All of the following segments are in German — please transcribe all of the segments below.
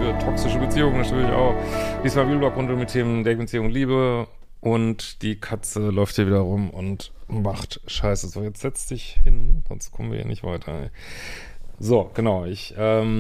für toxische Beziehungen natürlich auch. Diesmal Real rund um die Themen Dating-Beziehung, Liebe und die Katze läuft hier wieder rum und macht Scheiße. So, jetzt setz dich hin, sonst kommen wir hier nicht weiter. Ey. So, genau, ich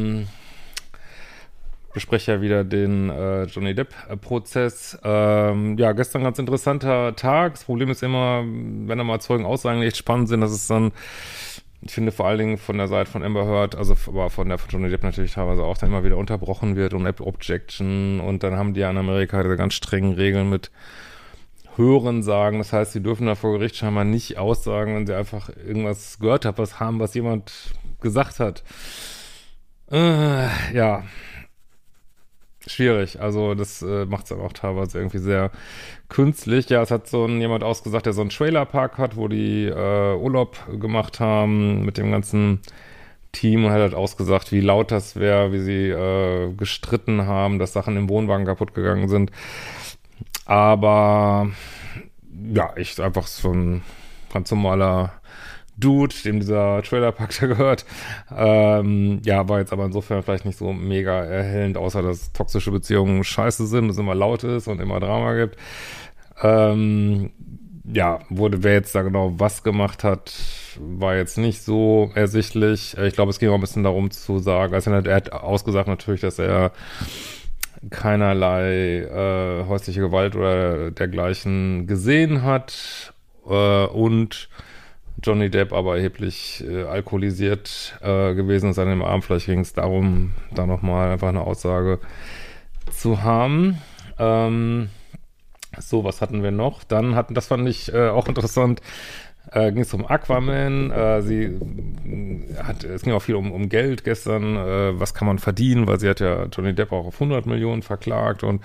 bespreche ja wieder den Johnny Depp-Prozess. Ja, gestern ganz interessanter Tag. Das Problem ist immer, wenn da mal Zeugenaussagen echt spannend sind, dass es dann, ich finde vor allen Dingen von der Seite von Amber Heard, also aber von Johnny Depp natürlich teilweise auch dann immer wieder unterbrochen wird und Objection, und dann haben die ja in Amerika diese ganz strengen Regeln mit Hörensagen. Das heißt, sie dürfen da vor Gericht scheinbar nicht aussagen, wenn sie einfach irgendwas gehört haben, was jemand gesagt hat. Ja, schwierig. Also das macht es dann auch teilweise irgendwie sehr künstlich. Ja, es hat jemand ausgesagt, der so einen Trailerpark hat, wo die Urlaub gemacht haben mit dem ganzen Team, und hat halt ausgesagt, wie laut das wäre, wie sie gestritten haben, dass Sachen im Wohnwagen kaputt gegangen sind. Aber ja, ich einfach so ein ganz normaler Dude, dem dieser Trailerpark da gehört. Ja, war jetzt aber insofern vielleicht nicht so mega erhellend, außer dass toxische Beziehungen scheiße sind, es immer laut ist und immer Drama gibt. Ja, wer jetzt da genau was gemacht hat, war jetzt nicht so ersichtlich. Ich glaube, es ging auch ein bisschen darum zu sagen, also er hat ausgesagt natürlich, dass er keinerlei häusliche Gewalt oder dergleichen gesehen hat, und Johnny Depp aber erheblich alkoholisiert gewesen ist an dem Abend. Vielleicht ging es darum, da nochmal einfach eine Aussage zu haben. So, was hatten wir noch? Das fand ich auch interessant, ging es um Aquaman. Es ging auch viel um Geld gestern. Was kann man verdienen? Weil sie hat ja Johnny Depp auch auf 100 Millionen verklagt, und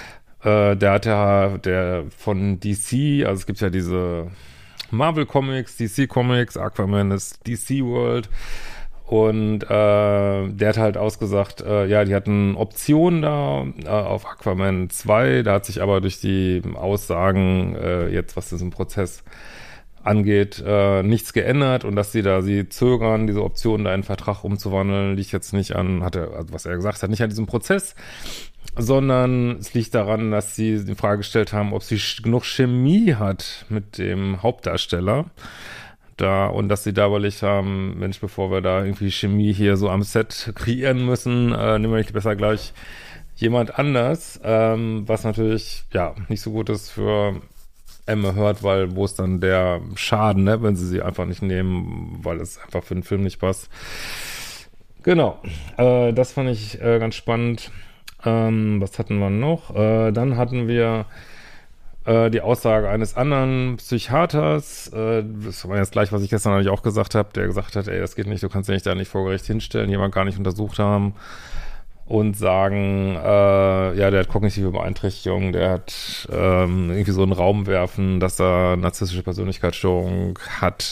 der von DC, also es gibt ja diese Marvel Comics, DC Comics, Aquaman ist DC World, und der hat halt ausgesagt, ja, die hatten Optionen da auf Aquaman 2, da hat sich aber durch die Aussagen jetzt, was diesen Prozess angeht, nichts geändert, und dass sie zögern, diese Optionen da in einen Vertrag umzuwandeln, liegt jetzt nicht also was er gesagt hat, nicht an diesem Prozess, sondern es liegt daran, dass sie die Frage gestellt haben, ob sie genug Chemie hat mit dem Hauptdarsteller da, und dass sie da überlegt haben, Mensch, bevor wir da irgendwie Chemie hier so am Set kreieren müssen, nehmen wir nicht besser gleich jemand anders, was natürlich, ja, nicht so gut ist für Amber Heard, weil wo ist dann der Schaden, ne, wenn sie einfach nicht nehmen, weil es einfach für den Film nicht passt. Genau, das fand ich ganz spannend. Was hatten wir noch? Dann hatten wir die Aussage eines anderen Psychiaters, das war jetzt gleich, was ich gestern eigentlich auch gesagt habe, der gesagt hat, ey, das geht nicht, du kannst dich nicht da nicht vor Gericht hinstellen, jemand gar nicht untersucht haben und sagen, ja, der hat kognitive Beeinträchtigung, der hat irgendwie so einen Raum werfen, dass er narzisstische Persönlichkeitsstörung hat.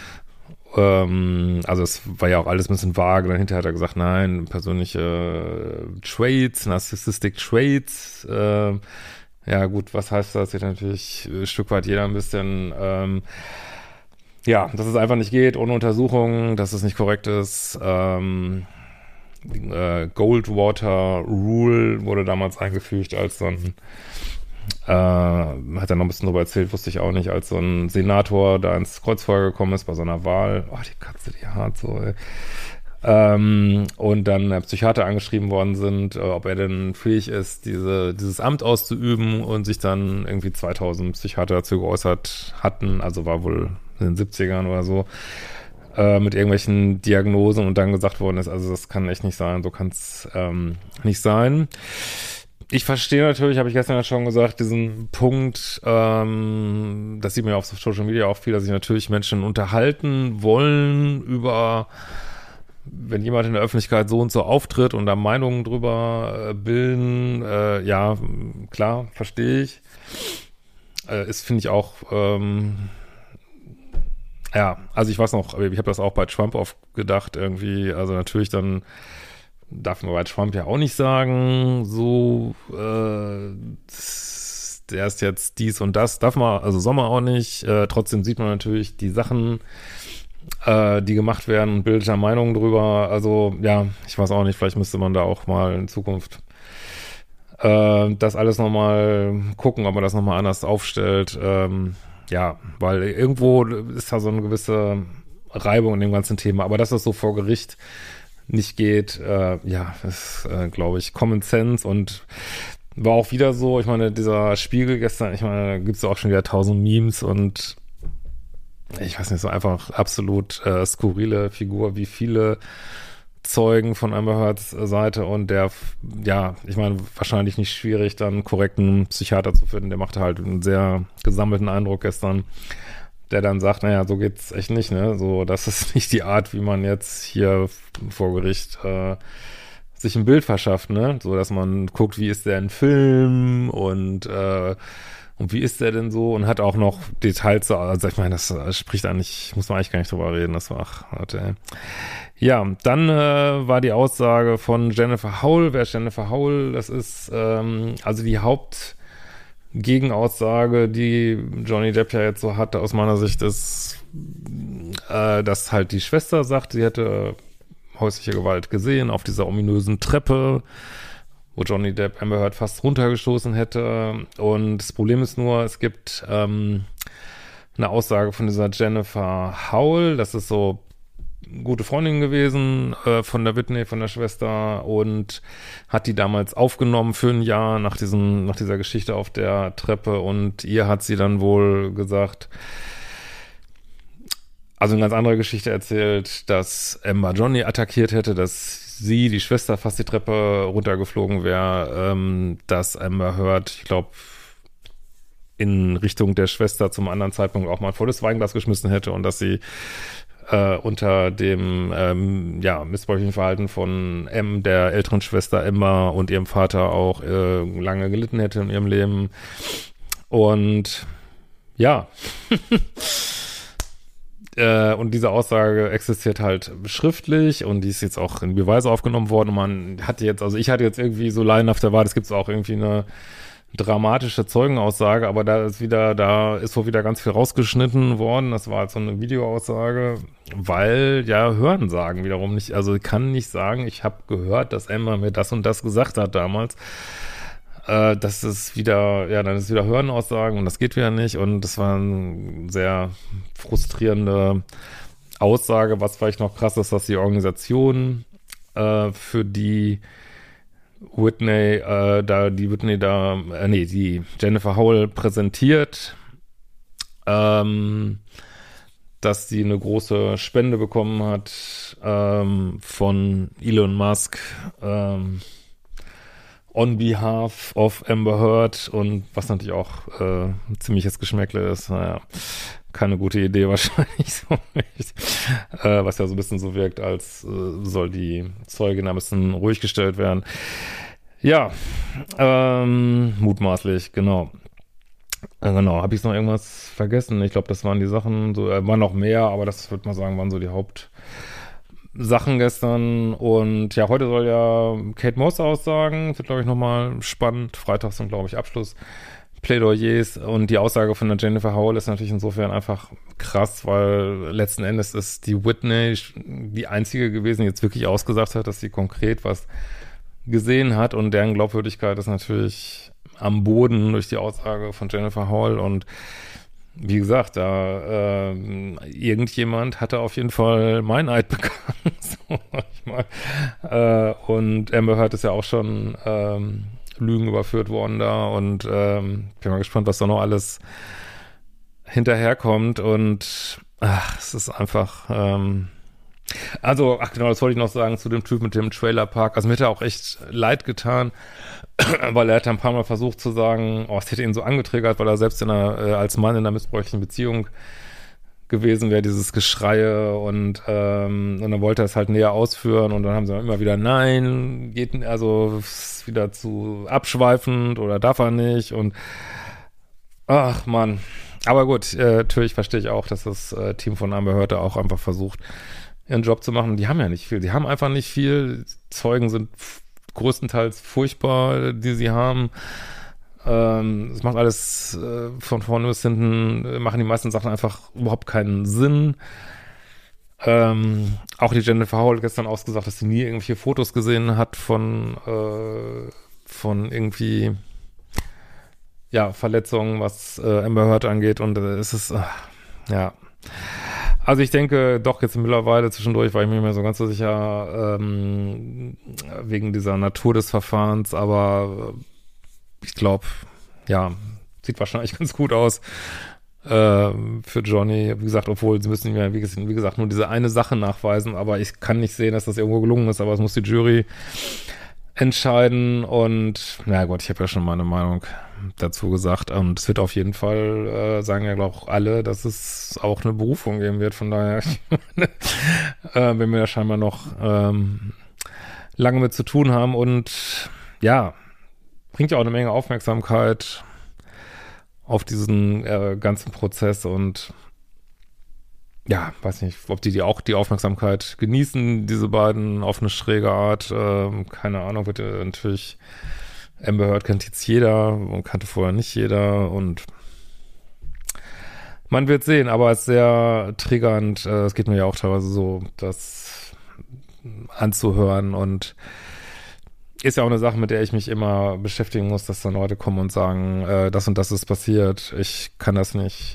Also es war ja auch alles ein bisschen vage, dann hinterher hat er gesagt, nein, persönliche Traits, Narcissistic Traits, ja gut, was heißt das? Jetzt natürlich ein Stück weit jeder ein bisschen, ja, dass es einfach nicht geht, ohne Untersuchung, dass es nicht korrekt ist. Goldwater Rule wurde damals eingefügt als so ein, hat er noch ein bisschen drüber erzählt, wusste ich auch nicht, als so ein Senator da ins Kreuzfeuer gekommen ist bei so einer Wahl. Oh, die Katze, die hart so, ey. Und dann Psychiater angeschrieben worden sind, ob er denn fähig ist, dieses Amt auszuüben, und sich dann irgendwie 2000 Psychiater dazu geäußert hatten, also war wohl in den 70ern oder so, mit irgendwelchen Diagnosen, und dann gesagt worden ist, also das kann echt nicht sein, so kann es nicht sein. Ich verstehe natürlich, habe ich gestern ja schon gesagt, diesen Punkt, das sieht man ja auf Social Media auch viel, dass sich natürlich Menschen unterhalten wollen über, wenn jemand in der Öffentlichkeit so und so auftritt und da Meinungen drüber bilden, ja, klar, verstehe ich. Ist, finde ich auch, ja, also ich weiß noch, ich habe das auch bei Trump oft gedacht irgendwie, also natürlich dann darf man bei Trump ja auch nicht sagen, so, der ist jetzt dies und das, darf man, also soll man auch nicht, trotzdem sieht man natürlich die Sachen, die gemacht werden und bildet da Meinungen drüber. Also ja, ich weiß auch nicht, vielleicht müsste man da auch mal in Zukunft das alles nochmal gucken, ob man das nochmal anders aufstellt. Ja, weil irgendwo ist da so eine gewisse Reibung in dem ganzen Thema. Aber dass das so vor Gericht nicht geht, ja, ist, glaube ich, Common Sense und war auch wieder so, ich meine, dieser Spiegel gestern, ich meine, da gibt's ja auch schon wieder 1000 Memes und ich weiß nicht, so einfach absolut skurrile Figur, wie viele Zeugen von Amber Heards Seite und der, ja, ich meine, wahrscheinlich nicht schwierig, dann einen korrekten Psychiater zu finden, der machte halt einen sehr gesammelten Eindruck gestern, der dann sagt, naja, so geht's echt nicht, ne, so, das ist nicht die Art, wie man jetzt hier vor Gericht sich ein Bild verschafft, ne, so, dass man guckt, wie ist der in Film und wie ist der denn so? Und hat auch noch Details, also ich meine, das spricht eigentlich, muss man eigentlich gar nicht drüber reden, das war, ach, warte. Ja, dann war die Aussage von Jennifer Howell. Wer ist Jennifer Howell? Das ist also die Hauptgegenaussage, die Johnny Depp ja jetzt so hatte, aus meiner Sicht ist, dass halt die Schwester sagt, sie hätte häusliche Gewalt gesehen auf dieser ominösen Treppe, wo Johnny Depp Amber Heard fast runtergestoßen hätte. Und das Problem ist nur, es gibt eine Aussage von dieser Jennifer Howell, das ist so gute Freundin gewesen von der Whitney, von der Schwester und hat die damals aufgenommen für ein Jahr nach dieser Geschichte auf der Treppe und ihr hat sie dann wohl gesagt, also eine ganz andere Geschichte erzählt, dass Amber Johnny attackiert hätte, dass sie, die Schwester, fast die Treppe runtergeflogen wäre, dass Amber Heard, ich glaube, in Richtung der Schwester zum anderen Zeitpunkt auch mal ein volles Weinglas geschmissen hätte und dass sie unter dem ja, missbräuchlichen Verhalten von der älteren Schwester Emma und ihrem Vater auch lange gelitten hätte in ihrem Leben. Und ja, und diese Aussage existiert halt schriftlich und die ist jetzt auch in Beweise aufgenommen worden und man hatte jetzt, also ich hatte jetzt irgendwie so laienhaft erwartet, es gibt auch irgendwie eine dramatische Zeugenaussage, aber da ist wohl wieder ganz viel rausgeschnitten worden. Das war halt so eine Videoaussage, weil ja Hörensagen wiederum nicht, also ich kann nicht sagen, ich habe gehört, dass Emma mir das und das gesagt hat damals. Das ist wieder, ja, dann ist wieder Hörenaussagen und das geht wieder nicht und das war eine sehr frustrierende Aussage. Was vielleicht noch krass ist, dass die Organisation für die die Jennifer Howell präsentiert, dass sie eine große Spende bekommen hat von Elon Musk on behalf of Amber Heard und was natürlich auch ein ziemliches Geschmäckle ist, naja, keine gute Idee wahrscheinlich so nicht. Was ja so ein bisschen so wirkt, als soll die Zeugin ein bisschen ruhig gestellt werden. Ja, mutmaßlich, genau. Genau, habe ich noch irgendwas vergessen? Ich glaube, das waren die Sachen, so, waren noch mehr, aber das würde man sagen, waren so die Hauptsachen gestern. Und ja, heute soll ja Kate Moss aussagen. Das wird, glaube ich, nochmal spannend. Freitag sind, glaube ich, Abschlussplädoyers. Und die Aussage von der Jennifer Howell ist natürlich insofern einfach krass, weil letzten Endes ist die Whitney die einzige gewesen, die jetzt wirklich ausgesagt hat, dass sie konkret was gesehen hat und deren Glaubwürdigkeit ist natürlich am Boden durch die Aussage von Jennifer Howell und wie gesagt, da irgendjemand hatte auf jeden Fall Meineid begangen, so manchmal. Und Amber Heard ist ja auch schon Lügen überführt worden da und bin mal gespannt, was da noch alles hinterherkommt und es ist einfach also, ach genau, das wollte ich noch sagen zu dem Typ mit dem Trailerpark. Also mir hätte er auch echt leid getan, weil er hat ein paar Mal versucht zu sagen, oh, es hätte ihn so angetriggert, weil er selbst als Mann in einer missbräuchlichen Beziehung gewesen wäre, dieses Geschreie und dann wollte er es halt näher ausführen und dann haben sie immer wieder, nein, geht, also ist wieder zu abschweifend oder darf er nicht und ach Mann. Aber gut, natürlich verstehe ich auch, dass das Team von Amber Heard auch einfach versucht, ihren Job zu machen. Die haben ja nicht viel. Die haben einfach nicht viel. Zeugen sind größtenteils furchtbar, die sie haben. Es macht alles von vorne bis hinten, machen die meisten Sachen einfach überhaupt keinen Sinn. Auch die Jennifer Howell hat gestern ausgesagt, dass sie nie irgendwelche Fotos gesehen hat von irgendwie, ja, Verletzungen, was Amber Heard angeht. Und es ist, ja. Also ich denke, doch jetzt mittlerweile zwischendurch war ich mir nicht mehr so ganz so sicher, wegen dieser Natur des Verfahrens, aber ich glaube, ja, sieht wahrscheinlich ganz gut aus für Johnny. Wie gesagt, obwohl sie müssen nicht mehr, wie gesagt, nur diese eine Sache nachweisen, aber ich kann nicht sehen, dass das irgendwo gelungen ist, aber es muss die Jury entscheiden und, na gut, ich habe ja schon meine Meinung dazu gesagt und es wird auf jeden Fall, sagen ja glaube auch alle, dass es auch eine Berufung geben wird, von daher wenn wir ja scheinbar noch lange mit zu tun haben und ja, bringt ja auch eine Menge Aufmerksamkeit auf diesen ganzen Prozess und ja, weiß nicht, ob die auch die Aufmerksamkeit genießen, diese beiden, auf eine schräge Art. Keine Ahnung, wird ja natürlich, Amber Heard kennt jetzt jeder und kannte vorher nicht jeder und man wird sehen, aber es ist sehr triggernd. Es geht mir ja auch teilweise so, das anzuhören und ist ja auch eine Sache, mit der ich mich immer beschäftigen muss, dass dann Leute kommen und sagen, das und das ist passiert, ich kann das nicht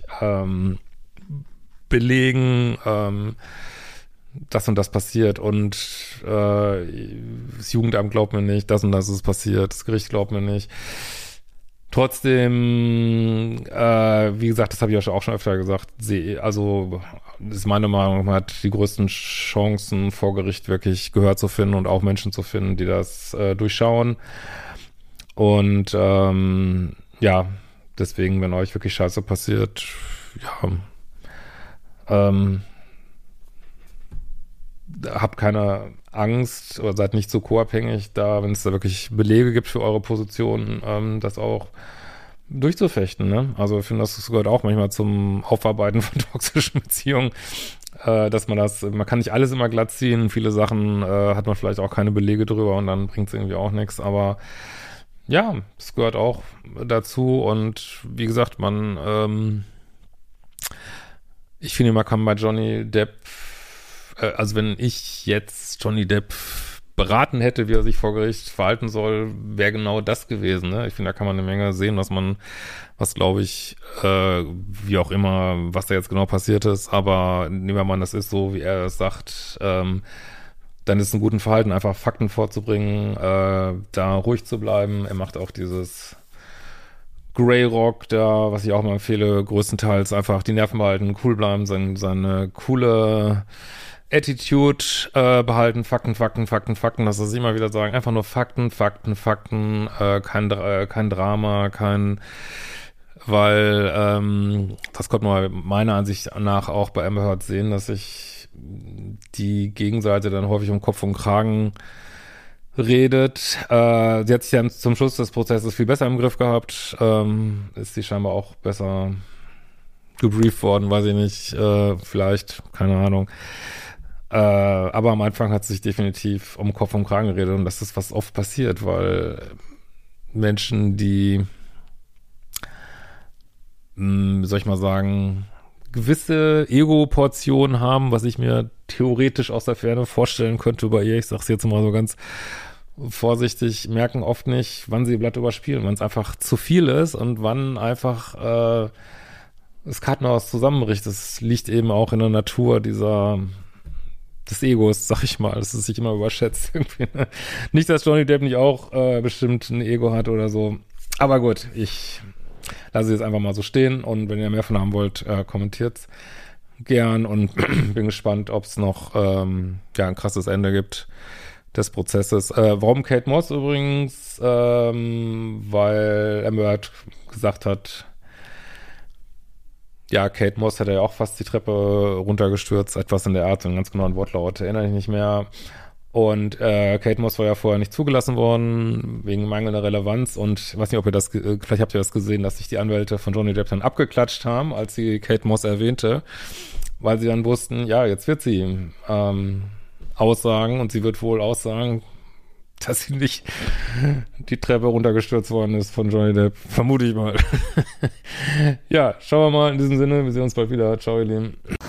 belegen, das und das passiert und das Jugendamt glaubt mir nicht, das und das ist passiert, das Gericht glaubt mir nicht. Trotzdem, wie gesagt, das habe ich ja auch schon öfter gesagt, also das ist meine Meinung, man hat die größten Chancen vor Gericht wirklich Gehör zu finden und auch Menschen zu finden, die das durchschauen. Und ja, deswegen, wenn euch wirklich Scheiße passiert, ja, habt keine Angst oder seid nicht so co-abhängig da, wenn es da wirklich Belege gibt für eure Position, das auch durchzufechten, ne? Also ich finde, das gehört auch manchmal zum Aufarbeiten von toxischen Beziehungen, dass man kann nicht alles immer glatt ziehen, viele Sachen hat man vielleicht auch keine Belege drüber und dann bringt es irgendwie auch nichts, aber ja, es gehört auch dazu und wie gesagt, ich finde, man kann bei Johnny Depp, also wenn ich jetzt Johnny Depp beraten hätte, wie er sich vor Gericht verhalten soll, wäre genau das gewesen, ne? Ich finde, da kann man eine Menge sehen, was glaube ich, wie auch immer, was da jetzt genau passiert ist, aber nehmen wir mal, das ist so, wie er es sagt, dann ist es ein guten Verhalten, einfach Fakten vorzubringen, da ruhig zu bleiben. Er macht auch dieses Grey Rock da, was ich auch mal empfehle, größtenteils einfach die Nerven behalten, cool bleiben, seine coole Attitude behalten, Fakten, das ist immer wieder sagen, einfach nur Fakten, kein Drama, weil das konnte man meiner Ansicht nach auch bei Amber Heard sehen, dass sich die Gegenseite dann häufig um Kopf und Kragen redet. Sie hat sich dann zum Schluss des Prozesses viel besser im Griff gehabt, ist sie scheinbar auch besser gebrieft worden, weiß ich nicht, vielleicht, keine Ahnung. Aber am Anfang hat sie sich definitiv um Kopf und Kragen geredet und das ist, was oft passiert, weil Menschen, die, soll ich mal sagen, gewisse Ego-Portionen haben, was ich mir theoretisch aus der Ferne vorstellen könnte bei ihr, ich sag's jetzt mal so ganz vorsichtig, merken oft nicht, wann sie ihr Blatt überspielen, wann es einfach zu viel ist und wann einfach das Kartenhaus zusammenbricht. Das liegt eben auch in der Natur des Egos, sag ich mal, dass es sich immer überschätzt irgendwie. Ne? Nicht, dass Johnny Depp nicht auch bestimmt ein Ego hat oder so. Aber gut, ich lasse es jetzt einfach mal so stehen und wenn ihr mehr von haben wollt, kommentiert's gern und bin gespannt, ob es noch ein krasses Ende gibt des Prozesses. Warum Kate Moss übrigens? Weil Amber Heard gesagt hat, ja, Kate Moss hätte ja auch fast die Treppe runtergestürzt, etwas in der Art, einen ganz genauen Wortlaut erinnere ich nicht mehr. Und Kate Moss war ja vorher nicht zugelassen worden, wegen mangelnder Relevanz. Und ich weiß nicht, ob ihr das, vielleicht habt ihr das gesehen, dass sich die Anwälte von Johnny Depp dann abgeklatscht haben, als sie Kate Moss erwähnte, weil sie dann wussten, ja, jetzt wird sie aussagen und sie wird wohl aussagen, dass sie nicht die Treppe runtergestürzt worden ist von Johnny Depp. Vermute ich mal. Ja, schauen wir mal in diesem Sinne. Wir sehen uns bald wieder. Ciao, ihr Lieben.